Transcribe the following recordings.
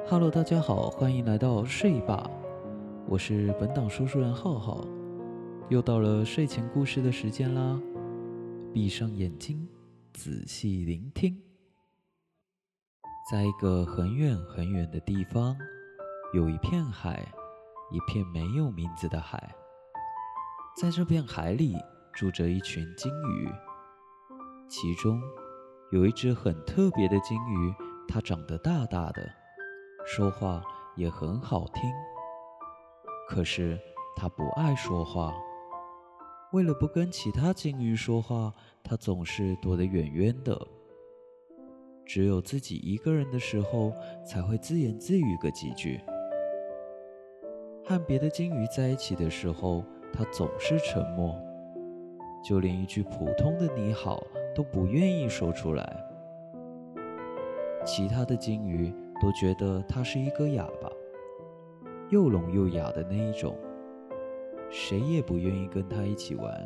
Hello，大家好，欢迎来到睡吧，我是本档说书人浩浩，又到了睡前故事的时间啦，闭上眼睛，仔细聆听。在一个很远很远的地方，有一片海，一片没有名字的海。在这片海里住着一群鲸鱼，其中有一只很特别的鲸鱼，它长得大大的，说话也很好听。可是它不爱说话，为了不跟其他鲸鱼说话，它总是躲得远远的。只有自己一个人的时候，才会自言自语个几句。和别的鲸鱼在一起的时候，它总是沉默，就连一句普通的你好都不愿意说出来。其他的鲸鱼都觉得它是一个哑巴，又聋又哑的那一种，谁也不愿意跟它一起玩。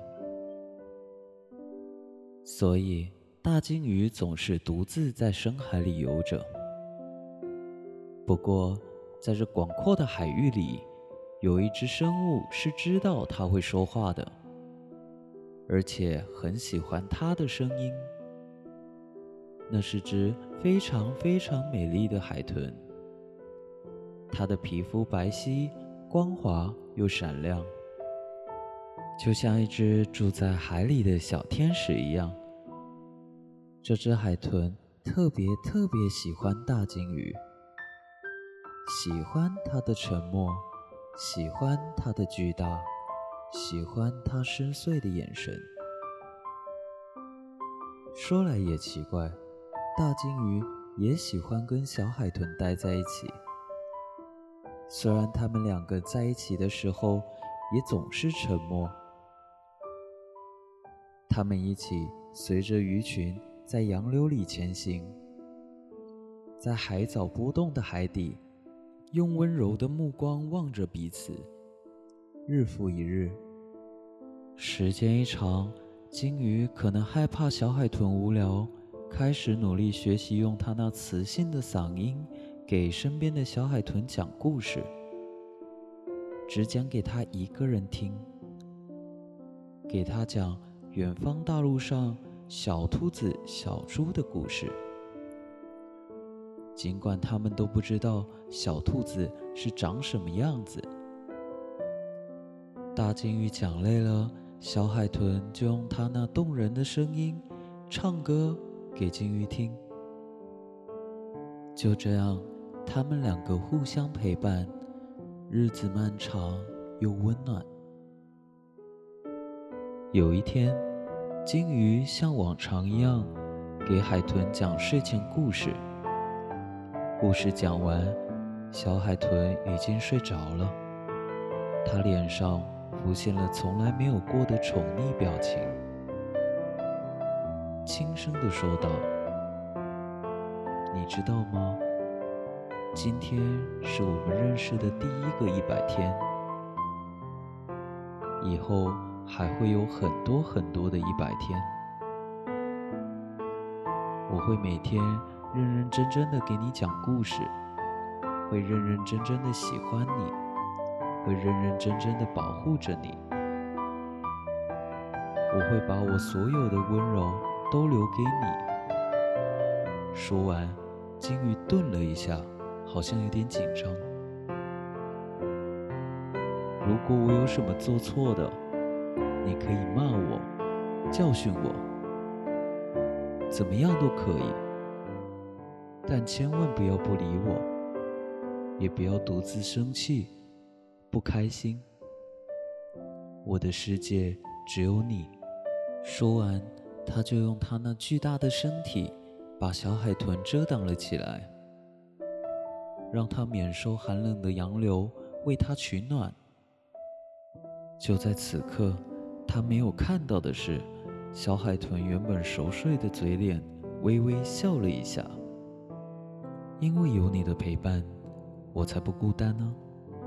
所以大鲸鱼总是独自在深海里游着。不过在这广阔的海域里，有一只生物是知道它会说话的，而且很喜欢它的声音。那是只非常非常美丽的海豚，它的皮肤白皙、光滑又闪亮，就像一只住在海里的小天使一样。这只海豚特别喜欢大鲸鱼，喜欢它的沉默，喜欢它的巨大，喜欢它深邃的眼神。说来也奇怪，大鲸鱼也喜欢跟小海豚待在一起，虽然他们两个在一起的时候也总是沉默。他们一起随着鱼群在洋流里前行，在海藻波动的海底，用温柔的目光望着彼此，日复一日。时间一长，鲸鱼可能害怕小海豚无聊，开始努力学习用它那磁性的嗓音给身边的小海豚讲故事，只讲给他一个人听，给他讲远方大陆上小兔子、小猪的故事。尽管他们都不知道小兔子是长什么样子。大鲸鱼讲累了，小海豚就用它那动人的声音唱歌给鲸鱼听。就这样，他们两个互相陪伴，日子漫长又温暖。有一天，鲸鱼像往常一样给海豚讲睡前故事。故事讲完，小海豚已经睡着了，它脸上浮现了从来没有过的宠溺表情，轻声地说道：你知道吗？今天是我们认识的第一个100天，以后还会有很多很多的100天。我会每天认认真真的给你讲故事，会认认真真的喜欢你，会认认真真的保护着你。我会把我所有的温柔都留给你。说完，鲸鱼顿了一下，好像有点紧张。如果我有什么做错的，你可以骂我，教训我，怎么样都可以，但千万不要不理我，也不要独自生气，不开心。我的世界只有你。说完，他就用他那巨大的身体把小海豚遮挡了起来，让它免受寒冷的洋流为它取暖。就在此刻，他没有看到的是，小海豚原本熟睡的嘴脸微微笑了一下。因为有你的陪伴，我才不孤单呢。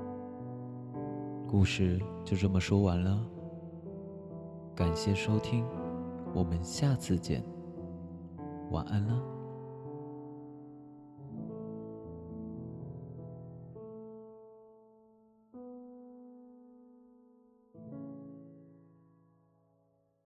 故事就这么说完了，感谢收听，我们下次见，晚安了。